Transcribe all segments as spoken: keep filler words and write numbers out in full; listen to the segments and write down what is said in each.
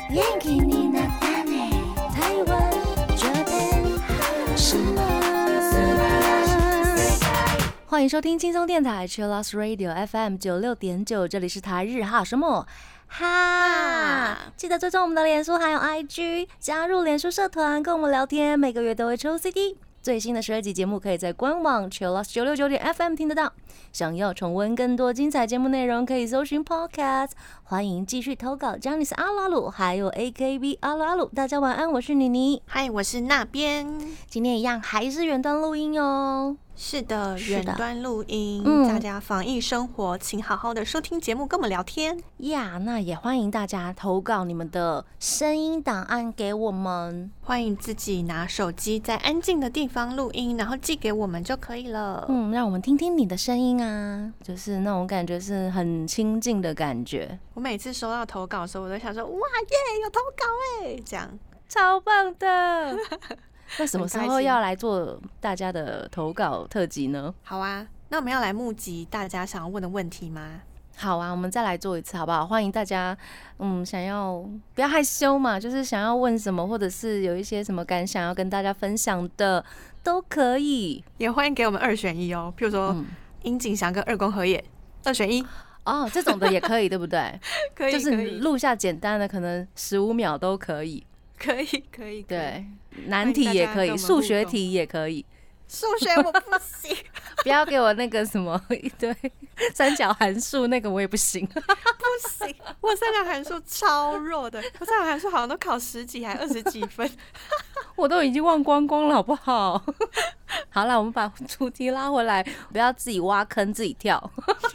元気になったね台湾这边什么欢迎收听轻松电台 Chillus Radio F M 九十六点九， 这里是台日哈什么哈，记得追踪我们的脸书还有 I G， 加入脸书社团跟我们聊天，每个月都会抽 C D。最新的十二集节目可以在官网 Chillus 九六九点 F M 听得到。想要重温更多精彩节目内容，可以搜寻 Podcast。欢迎继续投稿 Janice 阿鲁阿鲁，还有 A K B 阿鲁阿鲁。大家晚安，我是妮妮。 嗨，我是那边。 今天一样还是远端录音哦。 是的，远端录音、 嗯， 大家防疫生活，请好好的收听节目，跟我们聊天呀。Yeah, 那也欢迎大家投稿你们的声音档案给我们， 欢迎自己拿手机在安静的地方录音，然后寄给我们就可以了。 嗯，让我们听听你的声音啊，就是那种感觉是很亲近的感觉。 我每次收到投稿的时候，我都想说，哇耶，有投稿哎，这样超棒的。那什么时候要来做大家的投稿特辑呢？ 好啊，那我们要来募集大家想要问的问题吗？ 好啊，我们再来做一次好不好？欢迎大家，嗯，想要不要害羞嘛，就是想要问什么，或者是有一些什么感想要跟大家分享的，都可以。 也欢迎给我们二选一哦，譬如说樱井翔跟二宫和也，二选一哦，这种的也可以，对不对？ 可以， 就是录下简单的，可能十五秒都可以。 可以，可以， 对，难题也可以，数学题也可以。 数学我不行， 不要给我那个什么一堆三角函数，那个我也不行， 不行，我三角函数超弱的，我三角函数好像都考十几还二十几分， 我都已经忘光光了，好不好？好了，我们把主题拉回来，不要自己挖坑自己跳。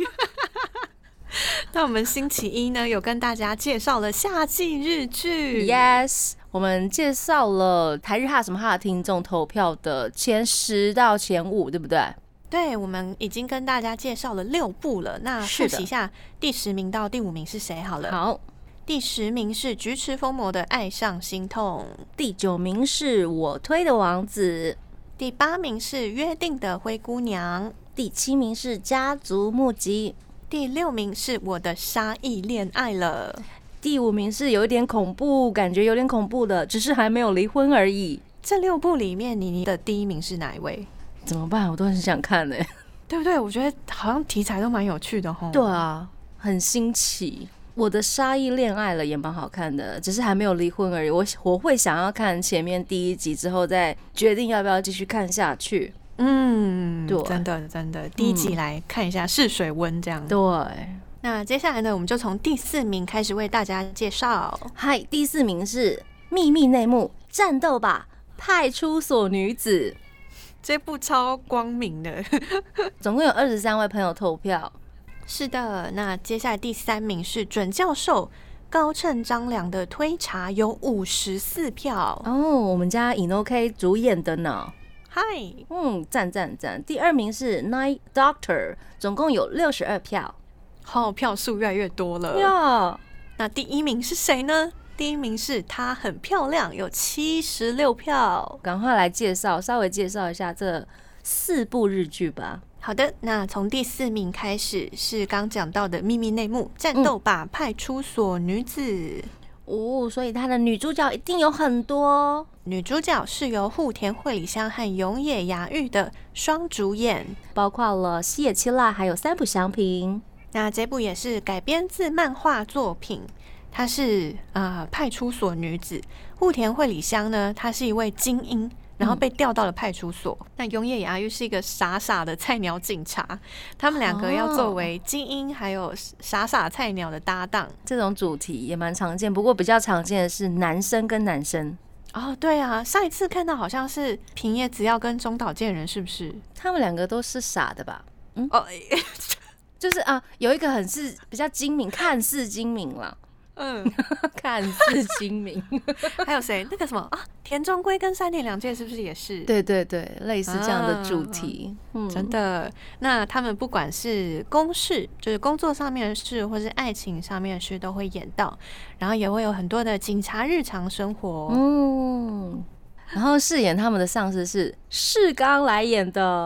那我们星期一呢，有跟大家介绍了夏季日剧 ，Yes。我们介绍了台日哈什么哈的听众投票的前十到前五，对不对？ 对，我们已经跟大家介绍了六部了。那复习一下第十名到第五名是谁好了。 好， 第十名是菊池风磨的《爱上心痛》， 第九名是我推的王子， 第八名是约定的灰姑娘， 第七名是家族募集， 第六名是我的沙溢恋爱了。 第五名是有一点恐怖，感觉有点恐怖的，只是还没有离婚而已。 这六部里面，你的第一名是哪一位？ 怎么办？我都很想看欸， 对不对？我觉得好像题材都蛮有趣的齁。 对啊，很新奇。我的沙溢恋爱了也蛮好看的，只是还没有离婚而已。我我会想要看前面第一集之后，再决定要不要继续看下去。 嗯， 对， 真的真的，第一集来看一下试水温这样。 对。 那接下来呢，我们就从第四名开始为大家介绍。 嗨，第四名是秘密内幕，战斗吧派出所女子， 这部超光明的， 总共有二十三位朋友投票。 是的，那接下来第三名是准教授高秤张良的推查，有五十四票哦，我们家INOK主演的呢。 嗨， 嗯，赞赞赞。第二名是 Night Doctor， 总共有六十二票。 好，票数越来越多了呀。 那第一名是谁呢？第一名是她很漂亮，有七十六票。 赶快来介绍，稍微介绍一下这四部日剧吧。 好的，那从第四名开始是刚讲到的秘密内幕，战斗吧派出所女子。 哦，所以她的女主角一定有很多。 女主角是由户田惠里香和永野芽郁的双主演， 包括了西野七濑还有三浦翔平。 那这部也是改编自漫画作品，她是啊、呃、派出所女子。户田惠里香呢，她是一位精英，然后被调到了派出所。嗯、那永野芽郁是一个傻傻的菜鸟警察，他们两个要作为精英还有傻傻菜鸟的搭档。 这种主题也蛮常见，不过比较常见的是男生跟男生。 哦，对啊，上一次看到好像是平野紫耀跟中岛健人，是不是？ 他们两个都是傻的吧？嗯， 哦。 就是啊，有一个很是比较精明，看似精明啦， 嗯， 看似精明。 还有谁？那个什么啊，田中圭跟山田凉介是不是也是？ 对对对，类似这样的主题， 啊嗯、真的。那他们不管是公事，就是工作上面的事，或是爱情上面的事，都会演到，然后也会有很多的警察日常生活。嗯， 然后饰演他们的上司是世刚来演的。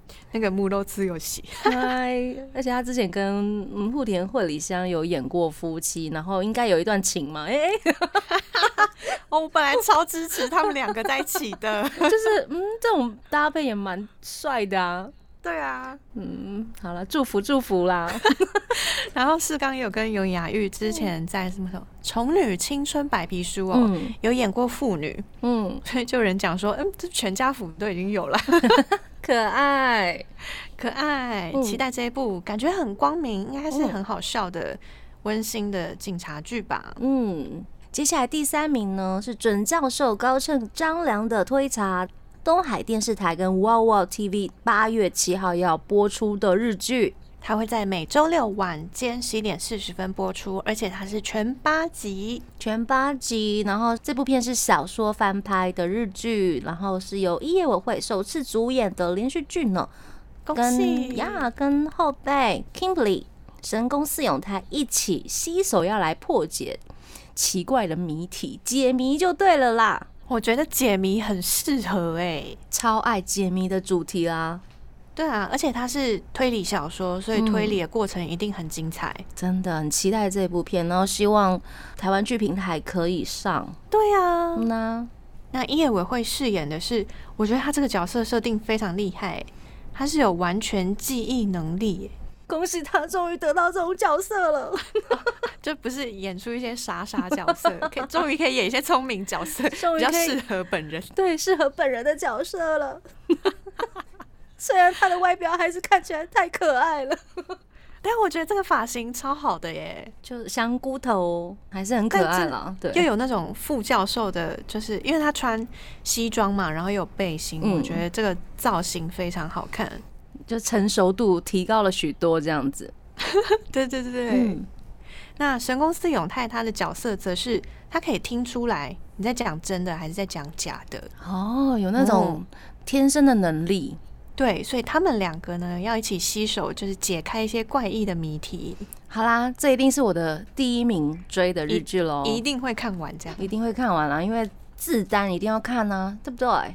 那个木肉吃有戏， 嗨，而且他之前跟嗯户田惠梨香有演过夫妻，然后应该有一段情嘛，哎、欸， 哦，我本来超支持他们两个在一起的， 就是嗯，这种搭配也蛮帅的啊。 对啊， 嗯，好了，祝福祝福啦。 然后世刚也有跟永雅玉之前在什么什么《宠女青春白皮书》哦、嗯，有演过妇女，嗯，所以就有人讲说，嗯，这全家福都已经有了， 可爱可爱，期待这一部，感觉很光明，应该是很好笑的、温馨的警察剧吧。 嗯，接下来第三名呢是准教授高秤张良的推查。东海电视台跟 Wow Wow T V 八月七号要播出的日剧， 它会在每周六晚间十一点四十分播出，而且它是全八集， 全八集。然后这部片是小说翻拍的日剧，然后是由一业委会首次主演的连续剧呢。 恭喜呀！跟后辈 Kimberly 神宫寺永太一起携手要来破解奇怪的谜题，解谜就对了啦。 我觉得解谜很适合哎、欸， 超爱解谜的主题啦。 对啊，而且它是推理小说，所以推理的过程一定很精彩。 嗯、真的很期待这部片，然后希望台湾剧平台可以上。 对啊， 嗯啊、 那一业委会饰演的是，我觉得他这个角色设定非常厉害、欸，他是有完全记忆能力、欸。 恭喜他终于得到这种角色了， 就不是演出一些傻傻角色，可以终于可以演一些聪明角色，比较适合本人。 对，适合本人的角色了。虽然他的外表还是看起来太可爱了， 但我觉得这个发型超好的耶， 就是香菇头还是很可爱啦。对， 又有那种副教授的，就是因为他穿西装嘛，然后有背心、嗯，我觉得这个造型非常好看。 就成熟度提高了许多，这样子。 对对对对。嗯、那神宫寺永太他的角色则是他可以听出来你在讲真的还是在讲假的。 哦，有那种天生的能力。嗯、 对，所以他们两个呢要一起携手，就是解开一些怪异的谜题。 好啦，这一定是我的第一名追的日剧咯， 一定会看完，这样一定会看完啦，因为自单一定要看啊，对不对？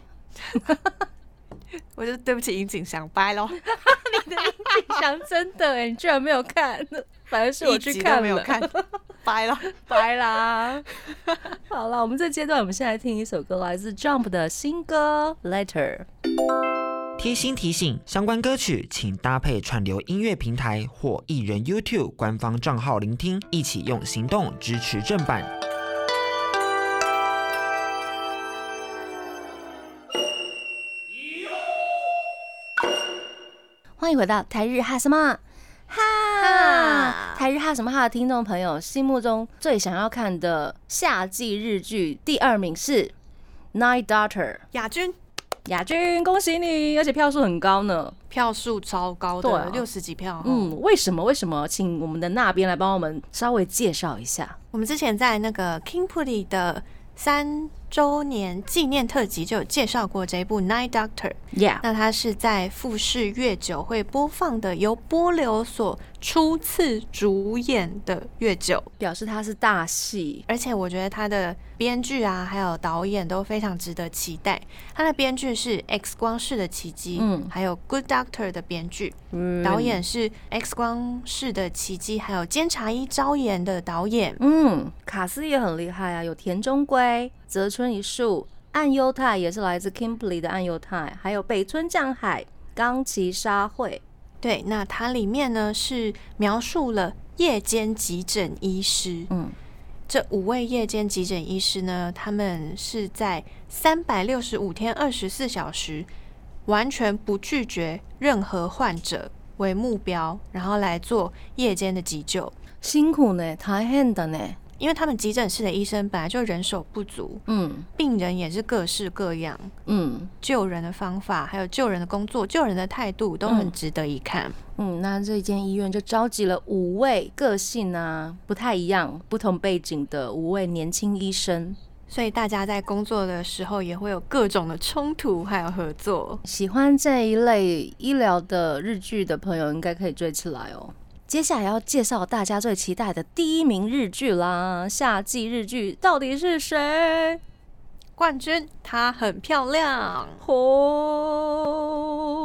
我就对不起樱井翔，拜咯。 你的樱井翔真的哎，你居然没有看，反而是我去看了， 没有看，拜了， 拜啦。好了，我们这阶段我们先来听一首歌，来自 Jump 的新歌《Letter》。 贴心提醒：相关歌曲请搭配串流音乐平台或艺人 YouTube 官方账号聆听，一起用行动支持正版。 欢迎回到台日哈什么哈，台日哈什么哈的听众朋友心目中最想要看的夏季日剧第二名是《Night Daughter》 亚军， 亚军，恭喜你，而且票数很高呢， 票数超高的，六十、啊、几票。 嗯，为什么？为什么？请我们的那边来帮我们稍微介绍一下。 我们之前在那个 Kingpuri 的三周年纪念特辑就有介绍过这一部《Night Doctor》，yeah. 那它是在富士月九会播放的，由波流所初次主演的月九， 表示它是大戏， 而且我觉得它的编剧啊，还有导演都非常值得期待。它的编剧是《X 光室的奇迹》，嗯，还有《Good Doctor》的编剧，嗯，导演是《X 光室的奇迹》，还有《监察医朝颜》的导演， 嗯，卡斯也很厉害啊，有田中圭、泽村一树、岸优太也是来自 Kimberly 的岸优太，还有北村匠海、冈崎沙惠。 对，那它里面呢是描述了夜间急诊医师，嗯，这五位夜间急诊医师呢，他们是在三百六十五天二十四小时，完全不拒绝任何患者为目标，然后来做夜间的急救。 辛苦呢，大変だね。 因为他们急诊室的医生本来就人手不足，嗯，病人也是各式各样，嗯，救人的方法，还有救人的工作、救人的态度都很值得一看。 嗯，嗯那这间医院就召集了五位个性啊不太一样、不同背景的五位年轻医生， 所以大家在工作的时候也会有各种的冲突，还有合作。 喜欢这一类医疗的日剧的朋友，应该可以追起来哦。接下来要介绍大家最期待的第一名日剧啦！夏季日剧到底是谁？ 冠军，她很漂亮哦，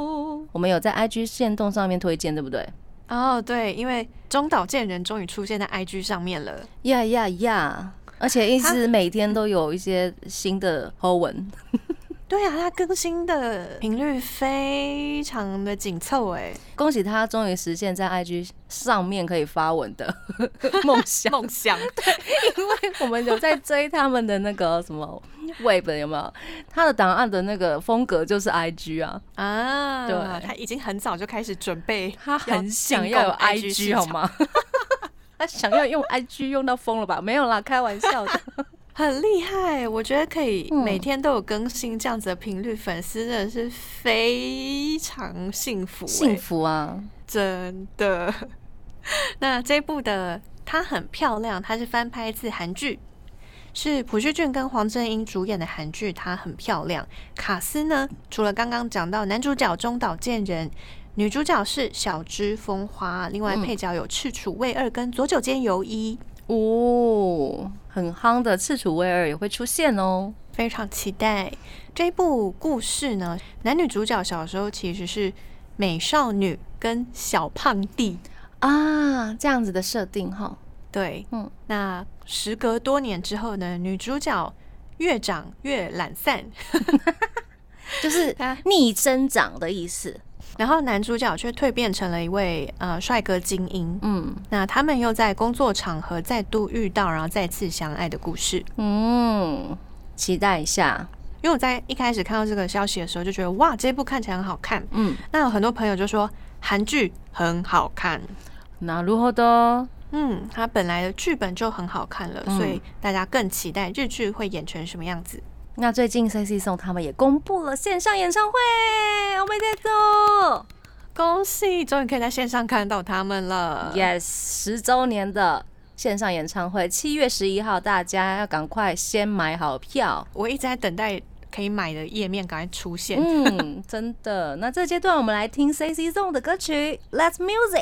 我们有在 I G 限动上面推荐，对不对？ 哦，对，因为中岛健人终于出现在 I G 上面了， 呀呀呀！而且一直每天都有一些新的 po 文。 对啊，他更新的频率非常的紧凑哎， 恭喜他终于实现在 I G 上面可以发文的梦想。 梦想， 对，因为我们有在追他们的那个什么 Web 有没有？他的档案的那个风格就是 I G 啊啊， 对， 他已经很早就开始准备， 他很想要有 I G 好吗？他想要用 I G 用到疯了吧？没有啦，开玩笑的。 很厉害，我觉得可以每天都有更新这样子的频率，粉丝真的是非常幸福、欸， 幸福啊， 真的。那这部的它很漂亮，它是翻拍自韩剧，是朴叙俊跟黄正英主演的韩剧，它很漂亮。卡司呢，除了刚刚讲到男主角中岛健人，女主角是小芝风花，另外配角有赤楚卫二跟佐久间由衣。 哦，很夯的赤楚卫二也会出现哦， 非常期待这部故事呢。男女主角小时候其实是美少女跟小胖弟啊，这样子的设定哈。 对，嗯，那时隔多年之后呢，女主角越长越懒散， 就是逆增长的意思。 然后男主角却蜕变成了一位呃帅哥精英，嗯，那他们又在工作场合再度遇到，然后再次相爱的故事， 嗯，期待一下。 因为我在一开始看到这个消息的时候，就觉得哇，这部看起来很好看，嗯，那有很多朋友就说韩剧很好看， 那如何的？ 嗯，它本来的剧本就很好看了，嗯，所以大家更期待日剧会演成什么样子。 那最近 Sexy Song 他们也公布了线上演唱会，我们在做， 恭喜，终于可以在线上看到他们了。 Yes， 十周年的线上演唱会，七月十一号，大家要赶快先买好票。 我一直在等待可以买的页面赶快出现。 嗯，真的。那这阶段我们来听 Sexy Song 的歌曲 Let's Music。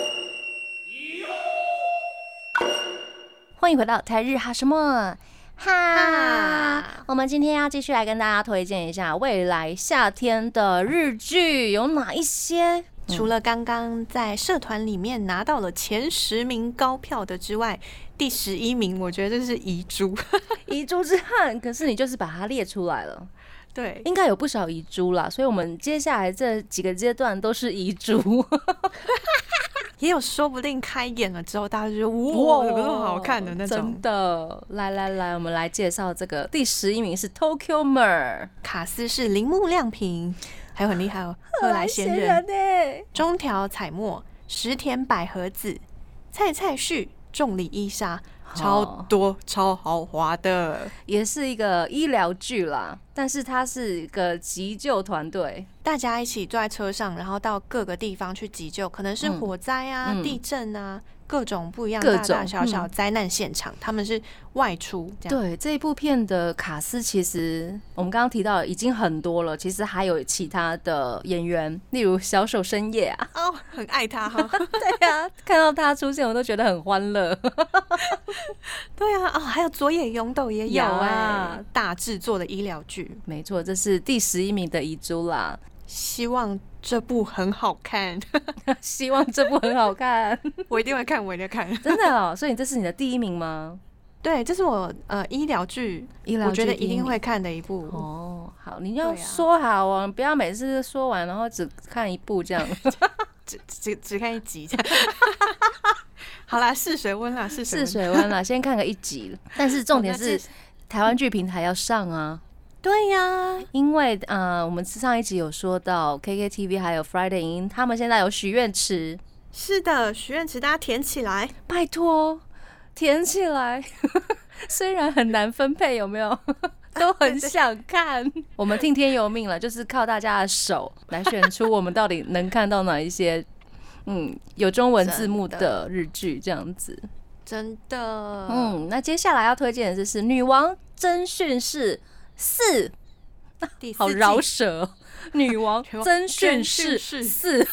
欢迎回到台日哈什么哈，我们今天要继续来跟大家推荐一下未来夏天的日剧有哪一些。 除了刚刚在社团里面拿到了前十名高票的之外，第十一名我觉得这是遗珠， 遗珠之憾。可是你就是把它列出来了， 对， 应该有不少遗珠啦，所以我们接下来这几个阶段都是遗珠。 也有说不定开演了之后，大家就觉得哇，有那么好看的那种。 真的，来来来，我们来介绍这个第十一名是 Tokyo Mer， 卡司是铃木亮平，还有很厉害哦，贺来贤人、中条彩墨、石田百合子、蔡蔡旭、仲里依纱。超多超豪华的， 也是一个医疗剧啦，但是它是一个急救团队， 大家一起坐在车上，然后到各个地方去急救，可能是火灾啊、嗯、地震啊，各种不一样大大小小灾难现场，嗯、他们是外出这样。 对，这一部片的卡司其实我们刚刚提到已经很多了，其实还有其他的演员，例如小手伸也啊， 哦，很爱他哈。 对啊，看到他出现我都觉得很欢乐。 对啊，哦，还有佐野勇斗也有啊，大制作的医疗剧， 没错，这是第十一名的遗珠啦。 希望这部很好看， 希望这部很好看， 我一定会看，我一定会看， 真的哦。所以这是你的第一名吗？ 对，这是我呃医疗剧，我觉得一定会看的一部。 哦，好，你要说好哦，不要每次说完然后只看一部这样， 只只只看一集这样。好啦，试水温啦，试试水温啦，先看个一集。但是重点是台湾剧平台要上啊。 对呀、啊， 因为呃，我们上一集有说到 K K T V 还有 Friday 影音，他们现在有许愿池。 是的，许愿池大家填起来， 拜托填起来。虽然很难分配，有没有？都很想看。我们听天由命了，就是靠大家的手来选出我们到底能看到哪一些。嗯，有中文字幕的日剧这样子， 真的。 嗯，那接下来要推荐的是《女王真训室四》，好饶舌，《女王真训室四》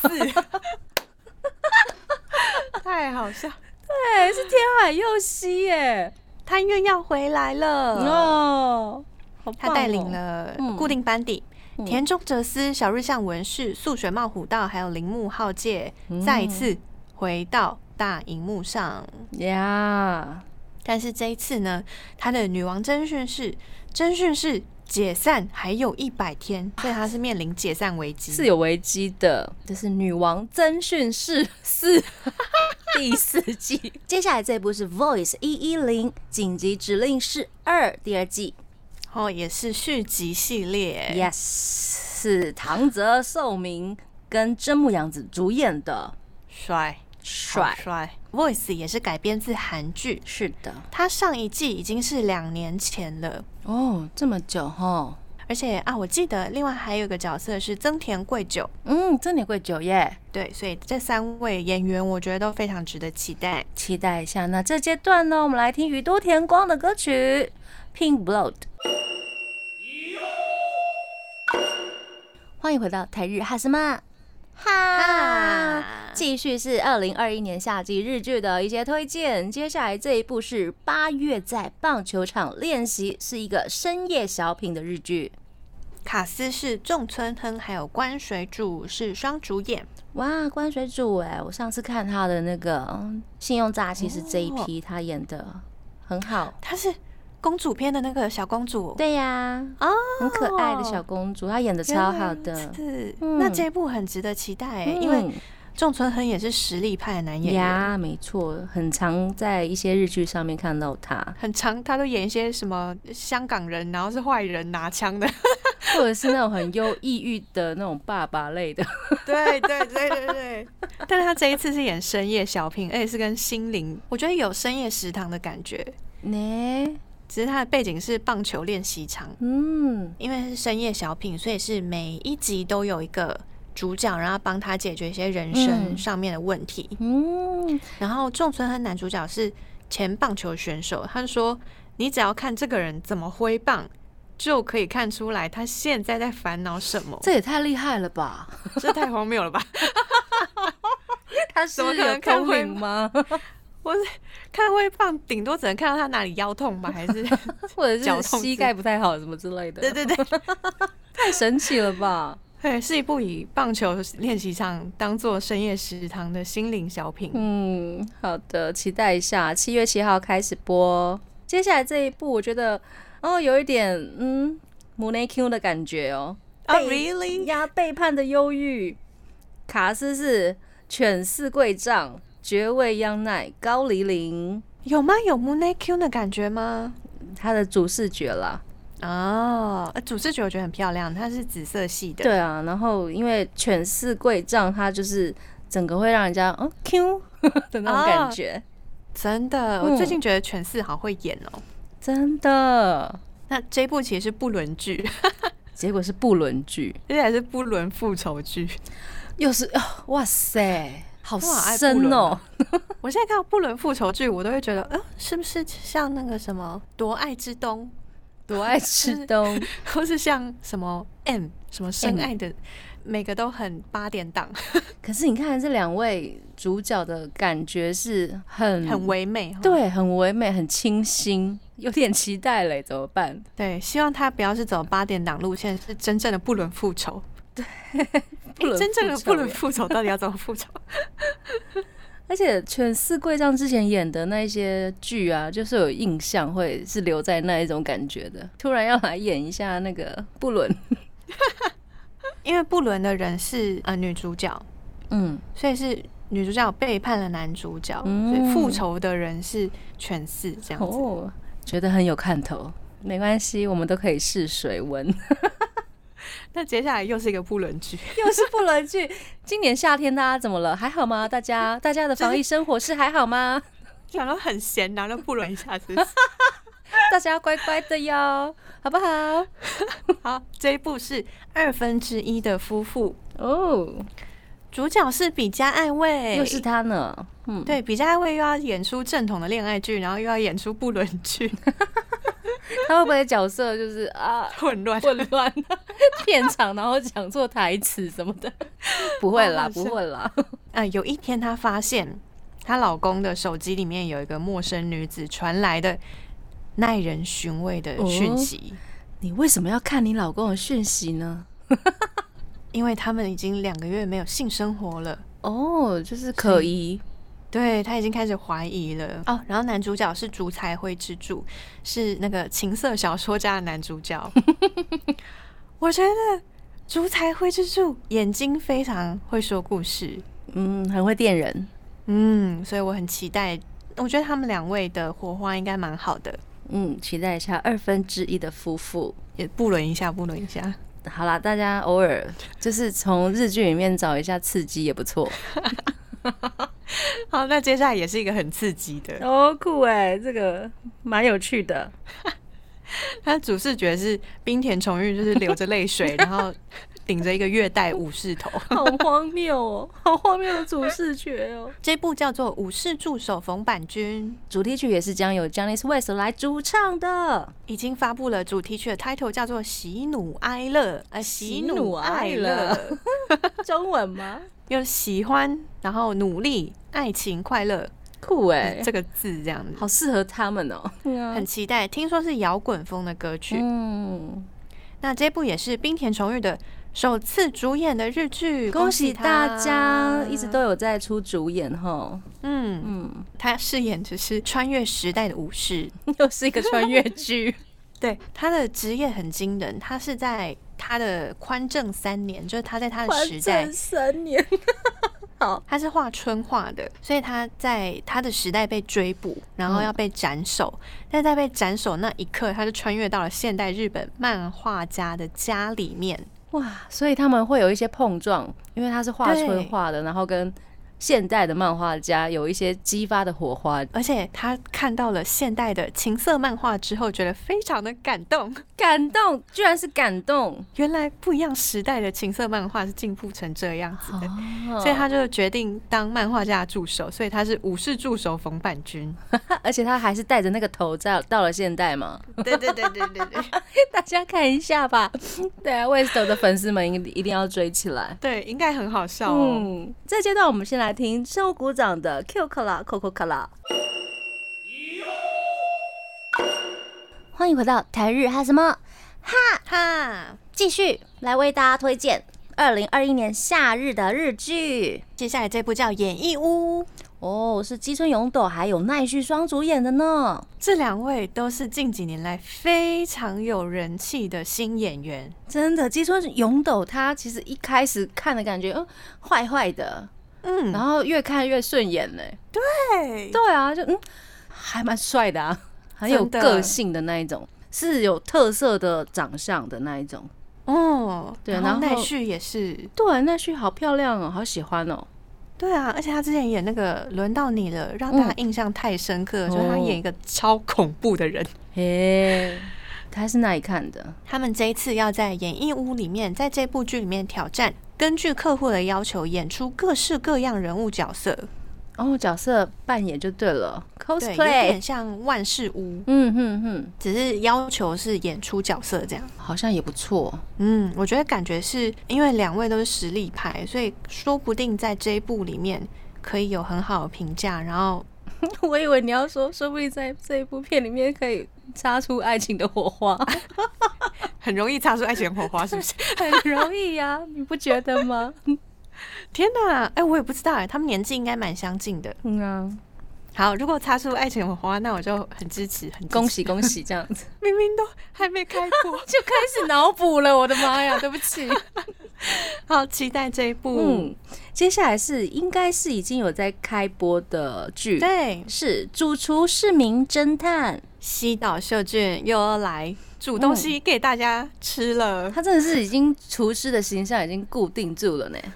太好笑。 对，是天海佑希耶， 他又要回来了哦，好棒哦， 他带领了固定班底。嗯田中哲司、小日向文世、素水茂虎道还有铃木浩介再一次回到大荧幕上呀。 Yeah. 但是这一次呢，他的女王侦讯室侦讯室解散还有一百天，所以他是面临解散危机， 是有危机的。这是女王侦讯室四第四季，接下来这部是 Voice 一一零紧急指令室二第二季， 哦，也是续集系列 ，Yes， 是唐泽寿明跟真木阳子主演的， 帅帅帅。Voice 也是改编自韩剧， 是的， 它上一季已经是两年前了， 哦，这么久齁。 而且啊，我记得另外还有一个角色是增田贵久， 嗯，增田贵久耶， 对，所以这三位演员我觉得都非常值得期待， 期待一下。那这阶段呢，我们来听宇多田光的歌曲《Pink Blood》。欢迎回到台日哈什么哈，继续是二零二一年夏季日剧的一些推荐。接下来这一部是八月在棒球场练习，是一个深夜小品的日剧。 卡司是仲村亨还有关水煮是双主演。 哇，关水煮哎，我上次看他的那个信用诈欺是这一批，他演的很好。 他是公主片的那个小公主， 对呀、啊，哦，很可爱的小公主，她演的超好的。 是，嗯、那这一部很值得期待、嗯、因为仲村亨也是实力派的男演员呀，没错，很常在一些日剧上面看到他， 很常他都演一些什么香港人，然后是坏人拿枪的， 或者是那种很忧抑郁的那种爸爸类的。 对对对对对。但是他这一次是演深夜小品，而且是跟心灵，我觉得有深夜食堂的感觉呢。只是它的背景是棒球练习场，嗯，因为是深夜小品，所以是每一集都有一个主角，然后帮他解决一些人生上面的问题。嗯，然后仲村亨男主角是前棒球选手，他就说，你只要看这个人怎么挥棒，就可以看出来他现在在烦恼什么。 这也太厉害了吧！ 这太荒谬了吧！ 他是有通灵吗？ 我是看挥棒，顶多只能看到他哪里腰痛吧，还是或者是膝盖不太好什么之类的。 对对对， 太神奇了吧！ 对，是一部以棒球练习场当做深夜食堂的心灵小品。嗯， 好的，期待一下，七月七号开始播。接下来这一部，我觉得哦，有一点嗯，Moon Q 的感觉哦。 啊、oh, ，Really？ 呀，背叛的忧郁。卡斯是犬饲贵丈。绝味央奈、高梨临有吗？有 Moon Q 的感觉吗？ 它的主视觉啦， 哦，主视觉我觉得很漂亮，它是紫色系的。 对啊，然后因为犬饲贵丈，它就是整个会让人家哦 Q 的那种感觉。哦、 真的，我最近觉得犬饲好会演哦， 真的。 那这一部其实是不伦剧， 结果是不伦剧， 而且还是不伦复仇剧， 又是、哦、哇塞。好深哦！ 我现在看到不伦复仇剧，我都会觉得，呃，是不是像那个什么《夺爱之冬》？ 夺爱之冬， 或是像什么 M 什么深爱的， M 每个都很八点档。 可是你看这两位主角的感觉是很很唯美， 对，很唯美，很清新，有点期待嘞，怎么办？ 对，希望他不要是走八点档路线，是真正的不伦复仇。对。欸、真正的不伦复仇到底要怎么复仇？ 而且犬饲贵丈之前演的那些剧啊，就是有印象会是留在那一种感觉的。突然要来演一下那个不伦， 因为不伦的人是呃女主角，嗯，所以是女主角背叛了男主角，嗯、所以复仇的人是犬饲这样子、哦， 觉得很有看头。没关系，我们都可以试水温。 那接下来又是一个不伦剧， 又是不伦剧。今年夏天大家怎么了？还好吗？大家大家的防疫生活是还好吗？ 想到很闲，然后不伦一下子， 大家乖乖的哟，好不好？ 好，这一部是二分之一的夫妇哦，主角是比嘉爱未， 又是他呢。 嗯，对，比嘉爱未又要演出正统的恋爱剧，然后又要演出不伦剧。 他会不会角色就是啊混乱混乱片场，然后讲错台词什么的？不会啦，不会啦。 啊，有一天她发现她老公的手机里面有一个陌生女子传来的耐人寻味的讯息、 哦。你为什么要看你老公的讯息呢？ 因为他们已经两个月没有性生活了。 哦，就是可疑。 对，他已经开始怀疑了哦。然后男主角是竹财辉之助，是那个情色小说家的男主角。我觉得竹财辉之助眼睛非常会说故事， 嗯，很会电人， 嗯，所以我很期待。我觉得他们两位的火花应该蛮好的， 嗯，期待一下二分之一的夫妇， 也不伦一下，不伦一下。 好啦，大家偶尔就是从日剧里面找一下刺激也不错。 好，那接下来也是一个很刺激的哦，酷哎，这个蛮有趣的。 他的主视觉是滨田崇裕，就是流着泪水，然后顶着一个月代武士头， 好荒谬哦，好荒谬的主视觉哦。 这部叫做《武士助手冯坂君》， 主题曲也是将由 Johnny West 来主唱的， 已经发布了主题曲的 title 叫做《喜怒哀乐》，呃，喜怒哀乐， 中文吗？ 有喜欢，然后努力、爱情、快乐， 酷哎、欸， 这个字这样子， 好适合他们哦、喔， 很期待。听说是摇滚风的歌曲， 嗯， 那这部也是滨田崇裕的首次主演的日剧， 恭喜大家！一直都有在出主演哈， 嗯嗯，他饰演只是穿越时代的武士， 又是一个穿越剧。 对，他的职业很惊人，他是在他的宽正三年，就是他在他的时代， 宽正三年，好， 他是画春画的，所以他在他的时代被追捕，然后要被斩首。嗯、但在被斩首那一刻，他就穿越到了现代日本漫画家的家里面。 哇，所以他们会有一些碰撞，因为他是画春画的，然后跟现代的漫画家有一些激发的火花， 而且他看到了现代的情色漫画之后，觉得非常的感动， 感动，居然是感动！ 原来不一样时代的情色漫画是进步成这样子的， 哦、 所以他就决定当漫画家的助手，所以他是武士助手冯坂君， 而且他还是戴着那个头在到了现代嘛。 对对对对对对， 大家看一下吧。对啊 ，West 的粉丝们一定要追起来， 对，应该很好笑哦。 嗯，这阶段我们先来听受鼓掌的 Q 卡拉 Coco 卡拉。欢迎回到台日哈什么哈哈， 继续来为大家推荐二零二一年夏日的日剧。 接下来这部叫《演艺屋》 哦，是基村勇斗还有奈绪双主演的呢。 这两位都是近几年来非常有人气的新演员。 真的，基村勇斗他其实一开始看的感觉，嗯，坏坏的。嗯，然后越看越顺眼呢。 对， 对啊，就嗯，还蛮帅的啊，很有个性的那一种，是有特色的长相的那一种。 哦， 对， 然后奈绪也是， 对，奈绪好漂亮哦，好喜欢哦。 对啊，而且他之前演那个《轮到你了》，让大家印象太深刻，嗯、就是他演一个超恐怖的人。 嘿，他是哪里看的？ 他们这一次要在演艺屋里面，在这部剧里面挑战。根据客户的要求，演出各式各样人物角色， 哦，角色扮演就对了 ，cosplay 有点像万事屋， 嗯哼哼， 只是要求是演出角色这样， 好像也不错。 嗯，我觉得感觉是因为两位都是实力派，所以说不定在这一部里面可以有很好的评价。然后， 我以为你要说，说不定在这一部片里面可以擦出爱情的火花。 很容易擦出爱情火花，是不是？ 很容易呀、啊，你不觉得吗？ 天哪，哎、欸，我也不知道哎，他们年纪应该蛮相近的。 嗯啊， 好，如果擦出爱情火花，那我就很支持，很支持恭喜恭喜这样子。 明明都还没开播， 就开始脑补了，我的妈呀，对不起。 好期待这一部。 嗯，接下来是应该是已经有在开播的剧， 对， 是主厨是名侦探西岛秀俊又要来煮东西给大家吃了。 嗯、他真的是已经厨师的形象已经固定住了呢。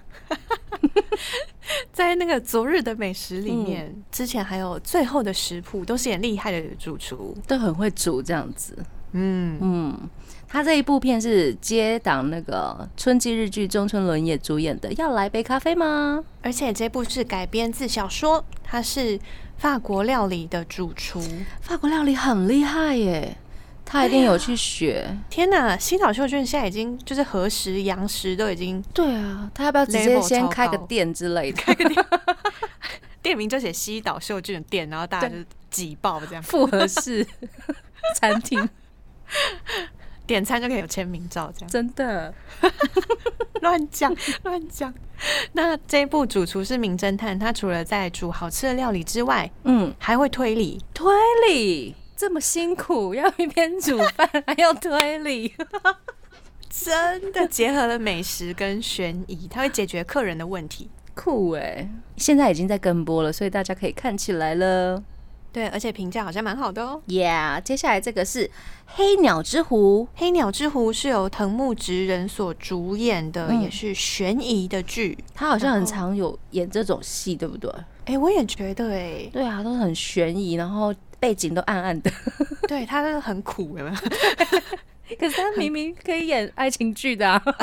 在那个昨日的美食里面，嗯、之前还有最后的食谱，都是很厉害的主厨， 都很会煮这样子。 嗯嗯，他这一部片是接档那个春季日剧中村伦也主演的《要来杯咖啡吗》， 而且这部是改编自小说，他是法国料理的主厨， 法国料理很厉害耶。他一定有去学。哎、 天哪，西岛秀俊现在已经就是和食、洋食都已经。 对啊，他要不要直接先开个店之类的？ 开个店，店名就写西岛秀俊的店，然后大家就挤爆这样。 复合式餐厅。 点餐就可以有签名照，这样真的乱讲乱讲。那这一部主厨是名侦探，他除了在煮好吃的料理之外，嗯，还会推理。 推理这么辛苦，要一边煮饭还要推理， 真的结合了美食跟悬疑，他会解决客人的问题， 酷哎！现在已经在跟播了，所以大家可以看起来了。 对，而且评价好像蛮好的哦。 Yeah， 接下来这个是《黑鸟之湖》。《 黑鸟之湖》是由藤木直人所主演的，嗯、也是悬疑的剧。 他好像很常有演这种戏，对不对？ 哎、欸，我也觉得哎、欸。 对啊，都很悬疑，然后背景都暗暗的。 对，他真的很苦，有没有？ 可是他明明可以演爱情剧的啊。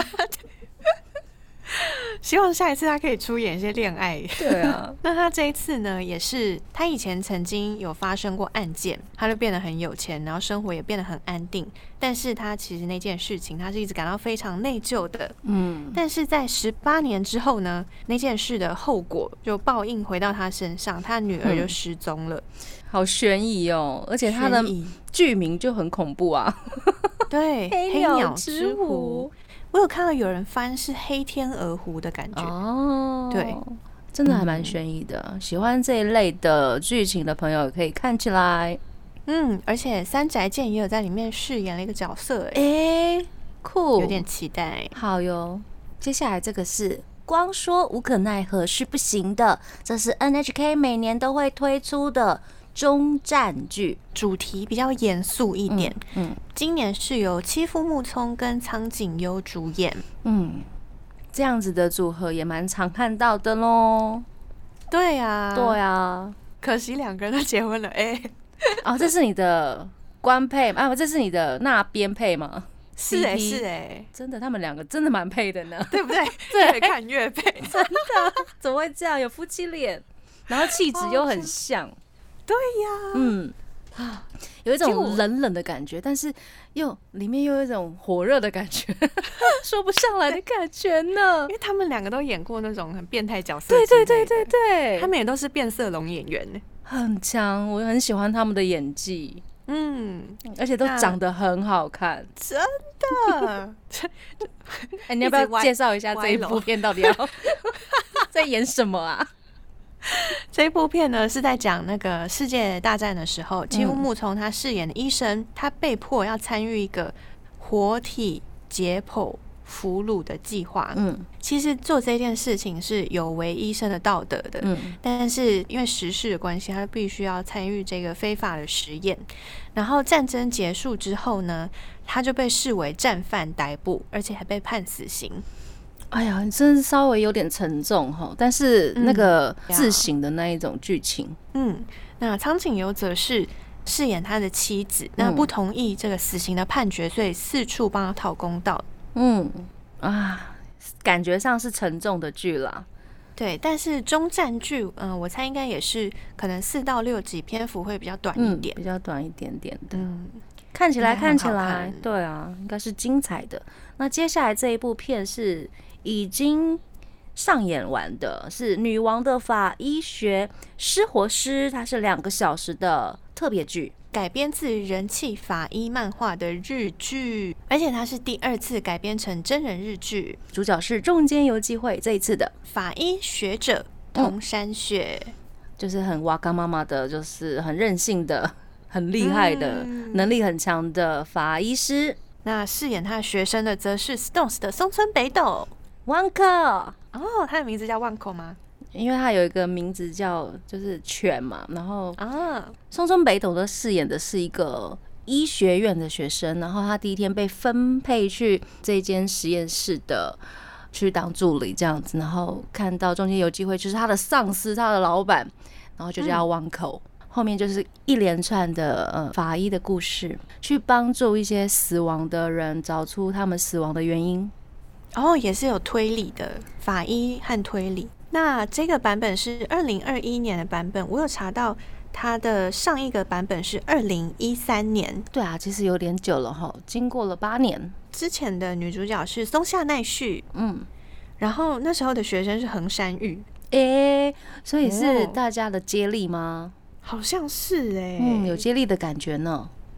希望下一次他可以出演一些恋爱。 对啊， 那他这一次呢，也是他以前曾经有发生过案件，他就变得很有钱，然后生活也变得很安定。但是他其实那件事情，他是一直感到非常内疚的。嗯，但是在十八年之后呢，那件事的后果就报应回到他身上，他女儿就失踪了。嗯、 好悬疑哦，而且他的剧名就很恐怖啊。 对， 黑鸟之湖。 我有看到有人翻是黑天鹅湖的感觉哦，对， 真的还蛮悬疑的、嗯。喜欢这一类的剧情的朋友也可以看起来。 嗯，而且三宅健也有在里面饰演了一个角色，哎、 欸，酷， 有点期待。 好哟，接下来这个是光说无可奈何是不行的，这是 N H K 每年都会推出的终战剧， 主题比较严肃一点。嗯，嗯今年是由妻夫木聪跟苍井优主演。嗯， 这样子的组合也蛮常看到的咯。 对啊， 对啊， 可惜两个人都结婚了。哎、欸， 哦，这是你的官配啊？这是你的那边配吗？ 是哎、欸，是哎、欸， 真的，他们两个真的蛮配的呢， 对不对？对，越看越配， 真的，怎么会这样？有夫妻脸，然后气质又很像。 对呀， 嗯，有一种冷冷的感觉，但是又里面又有一种火热的感觉，说不上来的感觉呢。 因为他们两个都演过那种很变态角色， 对对对对对， 他们也都是变色龙演员， 很强，我很喜欢他们的演技。嗯，而且都长得很好看， 真的。 哎、欸，你要不要介绍一下这一部片到底要在演什么啊？ 这一部片呢是在讲那个世界大战的时候，妻夫木聪他饰演的医生，他被迫要参与一个活体解剖俘虏的计划。嗯，其实做这件事情是有违医生的道德的。嗯，但是因为时事的关系，他必须要参与这个非法的实验。然后战争结束之后呢，他就被视为战犯逮捕，而且还被判死刑。 哎呀，真是稍微有点沉重哈，但是那个自省的那一种剧情， 嗯，那苍井优则是饰演他的妻子，嗯、那不同意这个死刑的判决，所以四处帮他讨公道。嗯啊，感觉上是沉重的剧啦。 对，但是中战剧，嗯、呃，我猜应该也是可能四到六集，篇幅会比较短一点， 嗯、比较短一点点的。嗯，看起来看起来，对啊，应该是精彩的。那接下来这一部片是已经上演完的，是《女王的法医学失活师》，它是两个小时的特别剧， 改编自人气法医漫画的日剧，而且它是第二次改编成真人日剧。 主角是中间游纪惠这一次的法医学者桐山雪、 嗯，就是很哇嘎妈妈的，就是很任性的、很厉害的、嗯、能力很强的法医师。 那饰演他的学生的则是 Stones 的松村北斗。 Wanko 哦，他的名字叫 Wanko 吗？ 因为他有一个名字叫就是犬嘛，然后啊，松村北斗的饰演的是一个医学院的学生，然后他第一天被分配去这间实验室的去当助理这样子，然后看到中间有机会就是他的上司，他的老板，然后就叫 Wanko、嗯。后面就是一连串的呃法医的故事，去帮助一些死亡的人找出他们死亡的原因。 哦，也是有推理的法医和推理。那这个版本是二零二一年的版本，我有查到它的上一个版本是二零一三年。 对啊，其实有点久了哈，经过了八年。 之前的女主角是松下奈绪，嗯，然后那时候的学生是横山裕。 哎、欸，所以是大家的接力吗？ 好像是哎、欸， 嗯，有接力的感觉呢。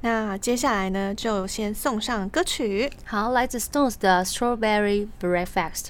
那接下来呢，就先送上歌曲。 好，来自 Stones 的 Strawberry Breakfast。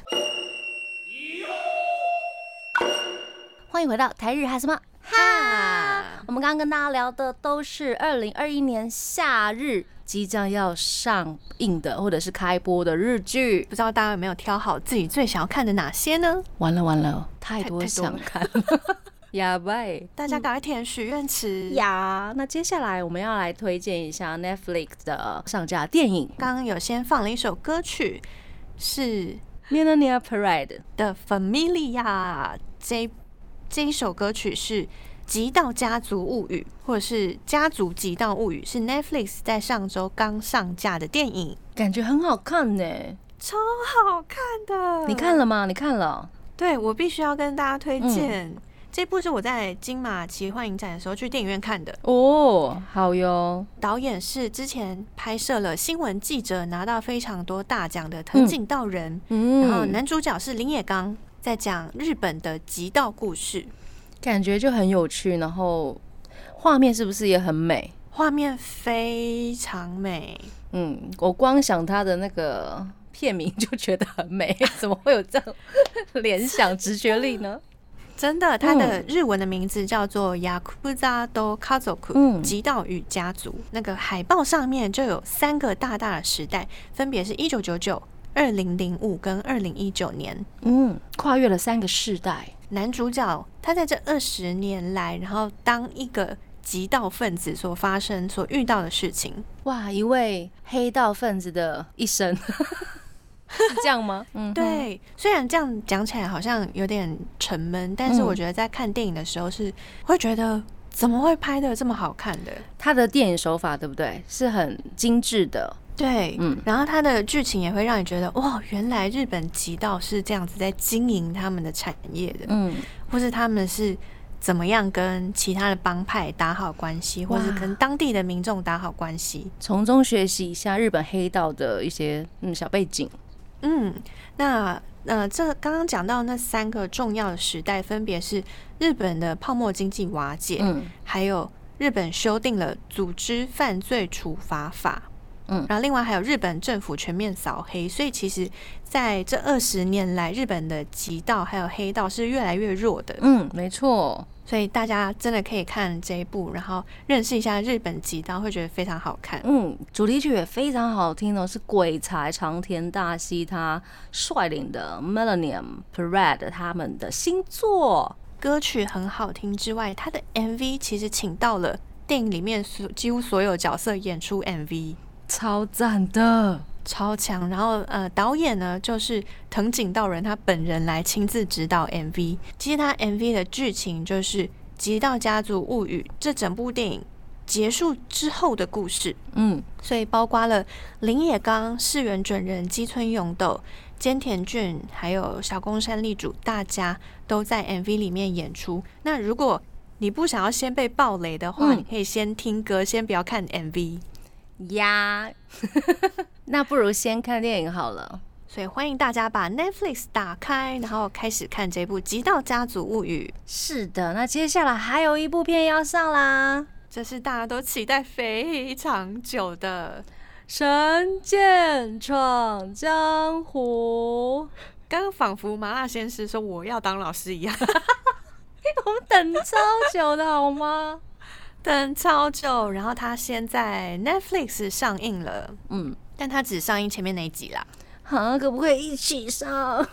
欢迎回到台日哈什么哈？我们刚刚跟大家聊的都是二零二一年夏日即将要上映的或者是开播的日剧， 不知道大家有没有挑好自己最想要看的哪些呢？ 完了完了，太多想看了。哑巴， 大家赶快填许愿池呀！那接下来我们要来推荐一下 Netflix 的上架电影。 刚刚有先放了一首歌曲，是 Millennium Parade 的 Familia， 这这一首歌曲是《极道家族物语》或者是《家族极道物语》，是 Netflix 在上周刚上架的电影， 感觉很好看呢， 超好看的。 你看了吗？你看了？ 对，我必须要跟大家推荐。嗯，这部是我在金马奇幻影展的时候去电影院看的哦，好哟。 导演是之前拍摄了新闻记者拿到非常多大奖的藤井道人，嗯，然后男主角是林野刚，在讲日本的极道故事， 感觉就很有趣，然后画面是不是也很美？ 画面非常美， 嗯，我光想他的那个片名就觉得很美，怎么会有这样联想直觉力呢？ 真的，它的日文的名字叫做 Yakuza do Kazoku， 极道与家族。那个海报上面就有三个大大的时代，分别是一九九九、二零零五跟二零一九年。 嗯，跨越了三个世代。 男主角他在这二十年来，然后当一个极道分子所发生、所遇到的事情。 哇，一位黑道分子的一生。是这样吗？嗯， 对，虽然这样讲起来好像有点沉闷，但是我觉得在看电影的时候是会觉得怎么会拍得这么好看的？ 他的电影手法对不对？是很精致的。 对，嗯，然后他的剧情也会让你觉得哇，原来日本极道是这样子在经营他们的产业的，嗯，或是他们是怎么样跟其他的帮派打好关系，或是跟当地的民众打好关系， 从中学习一下日本黑道的一些嗯小背景。 嗯，那呃，这刚刚讲到那三个重要的时代，分别是日本的泡沫经济瓦解，嗯，还有日本修订了组织犯罪处罚法，嗯，然后另外还有日本政府全面扫黑，所以其实在这二十年来，日本的极道还有黑道是越来越弱的， 嗯，没错。 所以大家真的可以看这一部，然后认识一下日本极道，会觉得非常好看。 嗯，主题曲也非常好听哦，是鬼才长田大希他率领的 Millennium Parade 他们的新作。 歌曲很好听之外，他的 M V 其实请到了电影里面几乎所有角色演出 M V， 超赞的。 超强，然后呃，导演呢就是藤井道人他本人来亲自指导 M V。其实他 M V 的剧情就是《极道家族物语》这整部电影结束之后的故事。嗯，所以包括了林野刚、市原准人、基村勇斗、菅田俊，还有小宫山利主，大家都在 M V 里面演出。那如果你不想要先被爆雷的话，嗯、你可以先听歌，先不要看 M V。 呀，那不如先看电影好了。 所以欢迎大家把 Netflix 打开，然后开始看这部《极道家族物语》。 是的，那接下来还有一部片要上啦， 这是大家都期待非常久的《 神剑闯江湖》。 刚刚仿佛麻辣鲜师说我要当老师一样， 我们等超久的好吗？ 等超久，然后它先在 Netflix 上映了，嗯，但它只上映前面那一集啦。 啊，可不可以一起上？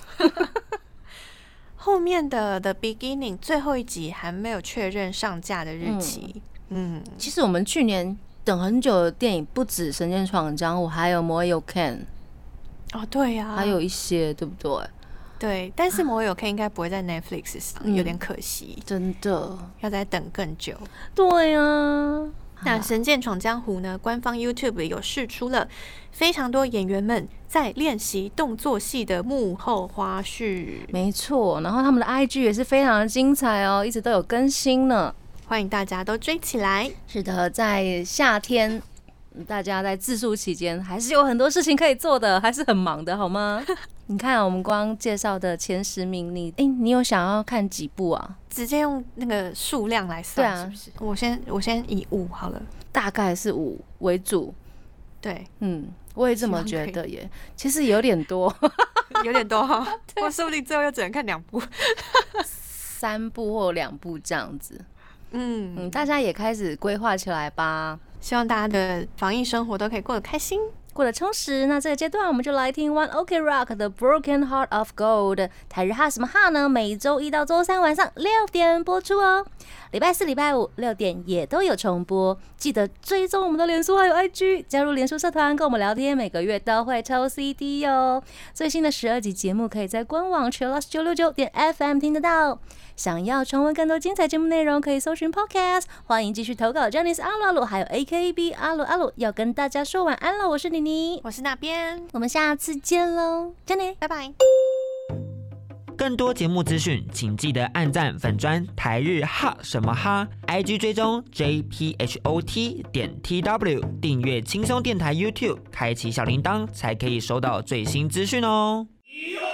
后面的 The Beginning 最后一集还没有确认上架的日期。嗯， 嗯其实我们去年等很久的电影不止《神剑闯江湖》，还有《摩友 Ken》。 哦，对呀、啊， 还有一些，对不对？ 对，但是摩友 Ken 应该不会在 Netflix 上，嗯、有点可惜， 真的要再等更久。 对啊， 那《神剑闯江湖》呢？官方 YouTube 有释出了非常多演员们在练习动作戏的幕后花絮。 没错，然后他们的 I G 也是非常的精彩哦，一直都有更新呢， 欢迎大家都追起来。 是的，在夏天。大家在自述期间还是有很多事情可以做的，还是很忙的，好吗？ 你看我们光介绍的前十名，你哎、欸，你有想要看几部啊？ 直接用那个数量来算，是不是？我先我先以五好了， 大概是五为主。 对， 嗯，我也这么觉得耶。其实有点多， 有点多哈。我说不定最后又只能看两部， 三部或两部这样子。 嗯嗯，大家也开始规划起来吧。 希望大家的防疫生活都可以过得开心， 过得充实。那这个阶段我们就来听 One OK Rock 的 Broken Heart of Gold。台日哈什么哈呢？每周一到周三晚上六点播出哦。礼拜四、礼拜五六点也都有重播。记得追踪我们的脸书还有 I G， 加入脸书社团跟我们聊天，每个月都会抽 C D 哦。最新的十二集节目可以在官网 Chillus 九六九点 F M 听得到。想要重温更多精彩节目内容，可以搜寻 Podcast。欢迎继续投稿 Janice 阿鲁阿鲁，还有 A K B 阿鲁阿鲁，要跟大家说晚安了。我是妮妮， 我是那边， 我们下次见喽 ，Janice， 拜拜。 更多节目资讯，请记得按赞粉专台日哈什么哈 ，I G 追踪 J P H O T 点 T W， 订阅轻松电台 YouTube， 开启小铃铛，才可以收到最新资讯哦。